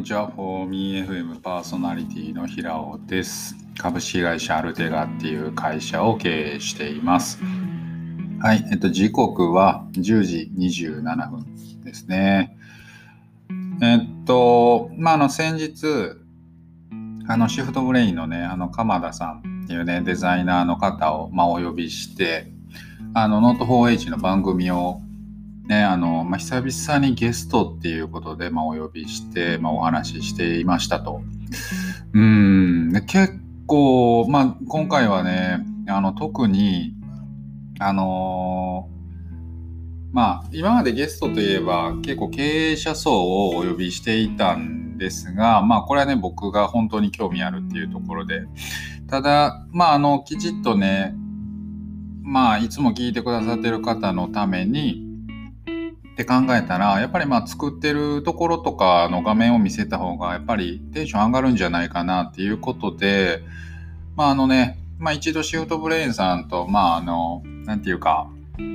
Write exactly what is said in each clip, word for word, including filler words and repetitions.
ちは。フォーミー エフエム パーソナリティの平尾です。株式会社アルテガっていう会社を経営しています。はい、えっと、時刻はじゅうじにじゅうななふんですね。えっと、まあ、あの、先日、あの、シフトブレインのね、あの、鎌田さんっていうね、デザイナーの方を、まあ、お呼びして、あの、ノート フォーエイチ の番組をね、あの、まあ、久々にゲストっていうことで、まあ、お呼びして、まあ、お話ししていましたと。うーん、で結構、まあ、今回はね、あの、特に、あのまあ、今までゲストといえば結構経営者層をお呼びしていたんですが、まあ、これはね、僕が本当に興味あるっていうところで、ただ、まあ、あの、きちっとね、まあ、いつも聞いてくださってる方のために、って考えたら、やっぱりまあ作ってるところとかの画面を見せた方がやっぱりテンション上がるんじゃないかなっていうことで、まああのね、まあ一度シフトブレインさんと、まああの、なんていうか、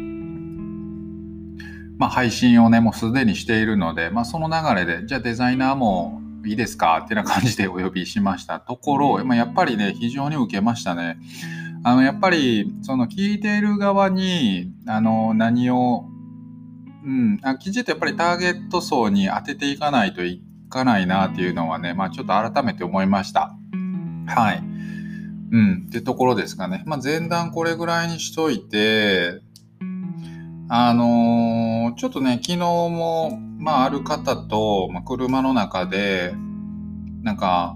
まあ配信をね、もうすでにしているので、まあその流れで、じゃあデザイナーもいいですかっていうような感じでお呼びしましたところ、まあ、やっぱりね、非常に受けましたね。あの、やっぱり、その聞いている側に、あの、何をうん、あきちっとやっぱりターゲット層に当てていかないといかないなっていうのはね、まあちょっと改めて思いました。はい。うん、ってところですかね。まあ前段これぐらいにしといて、あのーちょっとね、昨日も、まあある方と、まあ、車の中で、なんか、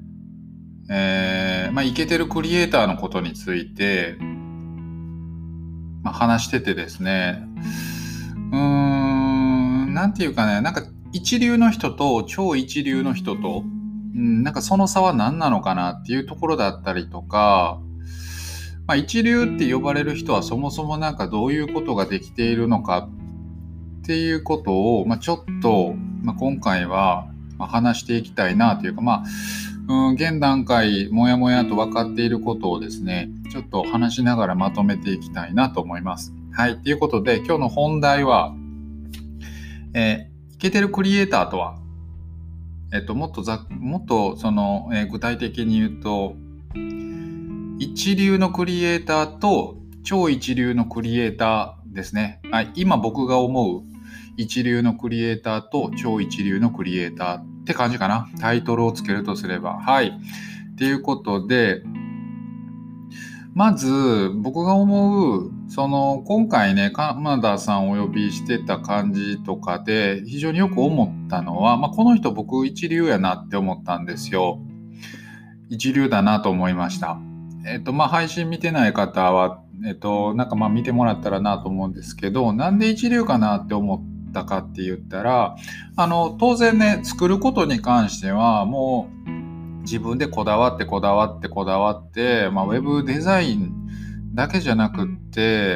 えー、まあイケてるクリエイターのことについて、まあ、話しててですね、うーん、なんていうかね、なんか一流の人と超一流の人と、うん、なんかその差は何なのかなっていうところだったりとか、まあ、一流って呼ばれる人はそもそもなんかどういうことができているのかっていうことを、まあ、ちょっと、まあ、今回は話していきたいなというか、まあ、うん、現段階もやもやと分かっていることをですね、ちょっと話しながらまとめていきたいなと思います。はい、ということで今日の本題は、えー、イケてるクリエイターとは、えっと、もっとざもっとその、えー具体的に言うと、一流のクリエイターと超一流のクリエイターですね。はい、今僕が思う一流のクリエイターと超一流のクリエイターって感じかな。タイトルをつけるとすれば。はい。っていうことで、まず僕が思う、その今回ね、鎌田さんをお呼びしてた感じとかで非常によく思ったのは、まあ、この人僕一流やなって思ったんですよ。一流だなと思いました。えっと、まあ、配信見てない方は、えっと、なんかまあ見てもらったらなと思うんですけど、なんで一流かなって思ったかって言ったら、あの、当然ね、作ることに関しては、もう自分でこだわってこだわってこだわって、まあ、ウェブデザインだけじゃなくって、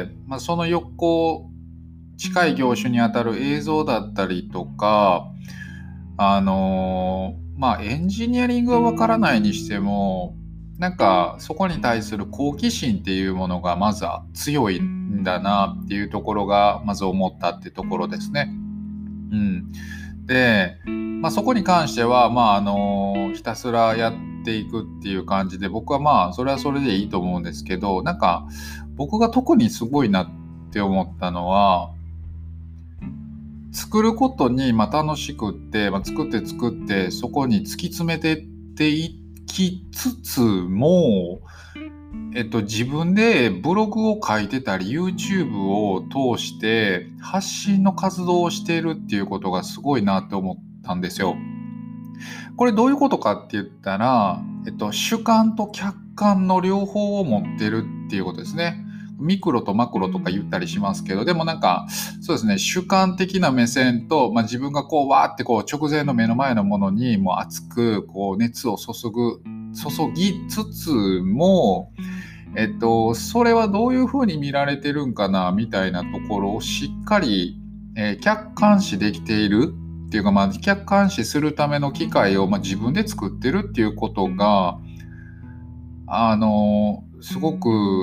まあ、その横、近い業種にあたる映像だったりとか、あのまあエンジニアリングはわからないにしても、なんかそこに対する好奇心っていうものがまずは強いんだなっていうところがまず思ったってところですね。うん、で、まあ、そこに関しては、まああのひたすらやっていくっていう感じで、僕はまあそれはそれでいいと思うんですけど、なんか僕が特にすごいなって思ったのは、作ることにまあ楽しくって、まあ、作って作ってそこに突き詰めてっていきつつも、えっと、自分でブログを書いてたり YouTube を通して発信の活動をしているっていうことがすごいなって思ったんですよ。これどういうことかって言ったら、えっと、主観と客観の両方を持ってるっていうことですね。ミクロとマクロとか言ったりしますけど、でもなんかそうですね、主観的な目線と、まあ、自分がこうわーってこう直前の目の前のものにもう熱くこう熱を注ぐ注ぎつつも、えっと、それはどういうふうに見られてるんかなみたいなところをしっかり、えー客観視できているっていうか、まあ、客観視するための機会を、まあ、自分で作ってるっていうことが、あのすごく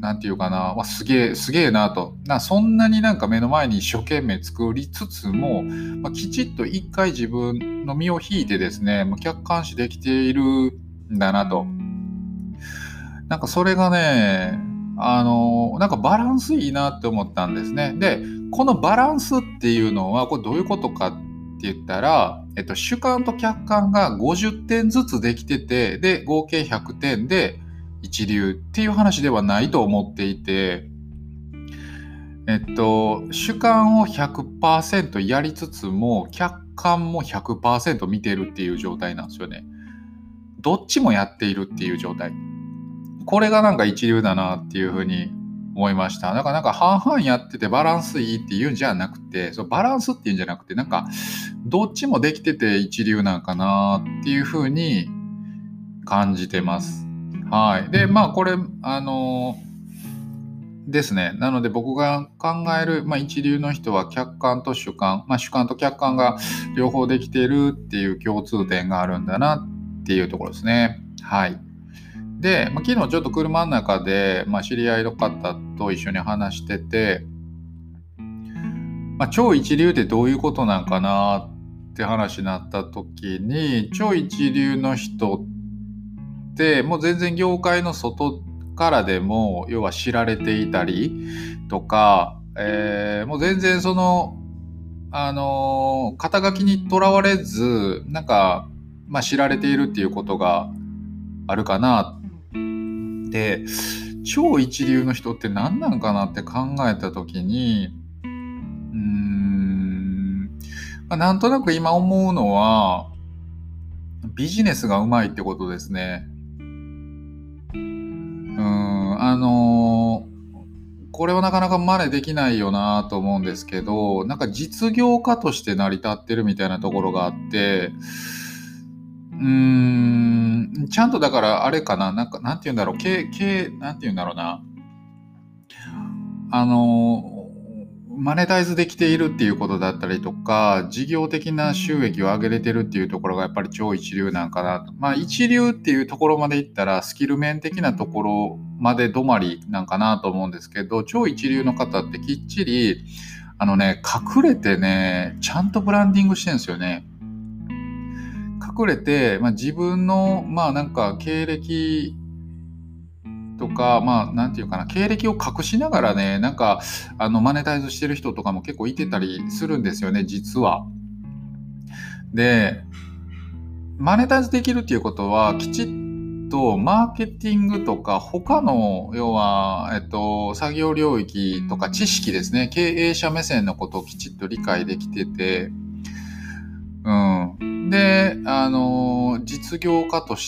なんていうかな、わすげえ、すげえなと。なそんなになんか目の前に一生懸命作りつつも、まあ、きちっと一回自分の身を引いてですね、まあ、客観視できているんだなと。なんかそれがね、あの、なんかバランスいいなって思ったんですね。で、このバランスっていうのは、これどういうことかって言ったら、えっと、主観と客観がごじゅってんずつできてて、で、合計ひゃくてんで一流っていう話ではないと思っていて、えっと、主観を ひゃくパーセント やりつつも、客観も ひゃくパーセント 見てるっていう状態なんですよね。どっちもやっているっていう状態。これがなんか一流だなっていうふうに思いました。だからなんか半々やっててバランスいいっていうんじゃなくて、そうバランスっていうんじゃなくて、なんかどっちもできてて一流なんかなっていうふうに感じてます。はい。で、まあこれ、あのですね。なので僕が考える、まあ、一流の人は客観と主観、まあ、主観と客観が両方できているっていう共通点があるんだなっていうところですね。はい。で、まあ、昨日ちょっと車の中で、まあ、知り合いの方と一緒に話してて、まあ、超一流ってどういうことなんかなって話になった時に、超一流の人ってもう全然業界の外からでも要は知られていたりとか、えーもう全然そのあのー肩書きにとらわれずなんか、まあ、知られているっていうことがあるかな。で、超一流の人って何なんかなって考えた時に、うーん、まあ、なんとなく今思うのはビジネスがうまいってことですね。うーん、あのーこれはなかなか真似できないよなと思うんですけど、なんか実業家として成り立ってるみたいなところがあって、うーん、ちゃんとだからあれかな、なんか、なんて言うんだろう、経、経、なんて言うんだろうな、あの、マネタイズできているっていうことだったりとか、事業的な収益を上げれてるっていうところがやっぱり超一流なんかなと。まあ一流っていうところまでいったらスキル面的なところまで止まりなんかなと思うんですけど、超一流の方ってきっちり、あのね、隠れてね、ちゃんとブランディングしてるんですよね。隠れて、まあ、自分の、まあなんか経歴とか、まあ、なんていうかな、経歴を隠しながらね、なんか、あの、マネタイズしてる人とかも結構いてたりするんですよね、実は。で、マネタイズできるっていうことは、きちっとマーケティングとか、他の、要は、えっと、作業領域とか知識ですね、経営者目線のことをきちっと理解できてて、うん。で、あの、実業家として、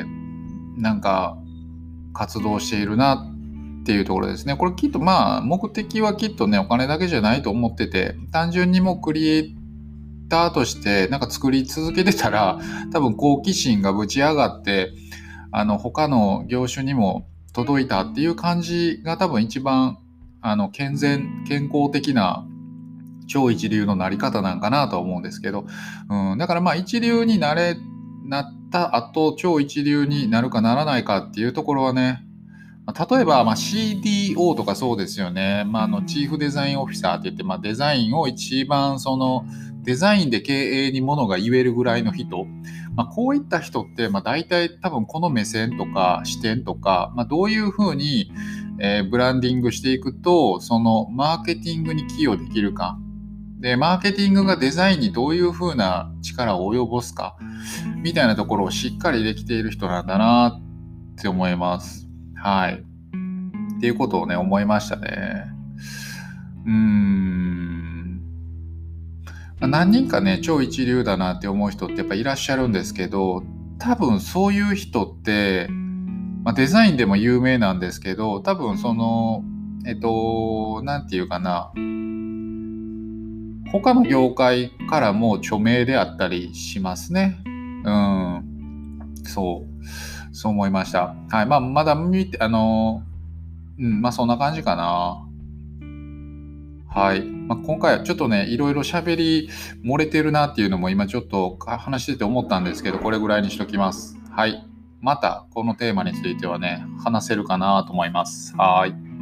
なんか、活動しているなっていうところですね。これきっとまあ目的はきっとねお金だけじゃないと思ってて、単純にもうクリエイターとしてなんか作り続けてたら多分好奇心がぶち上がってあの他の業種にも届いたっていう感じが多分一番あの健全健康的な超一流のなり方なんかなと思うんですけど、うん、だからまあ一流になれなった後超一流になるかならないかっていうところはね、例えば、まあ、シーディーオー とかそうですよね。まあ、あのチーフデザインオフィサーって言って、まあ、デザインを一番そのデザインで経営にものが言えるぐらいの人、まあ、こういった人って、まあ、大体多分この目線とか視点とか、まあ、どういうふうに、えーブランディングしていくとそのマーケティングに寄与できるかで、マーケティングがデザインにどういうふうな力を及ぼすかみたいなところをしっかりできている人なんだなって思います。はい。っていうことをね、思いましたね。うーん。何人かね、超一流だなって思う人ってやっぱいらっしゃるんですけど、多分そういう人って、まあ、デザインでも有名なんですけど、多分その、えっと、なんていうかな、他の業界からも著名であったりしますね。うん。そう。そう思いました。はい。まあ、まだ見て、あの、うん、まあそんな感じかな。はい。まあ、今回はちょっとね、いろいろ喋り漏れてるなっていうのも今ちょっと話してて思ったんですけど、これぐらいにしときます。はい。 またこのテーマについてはね、話せるかなと思います。はい。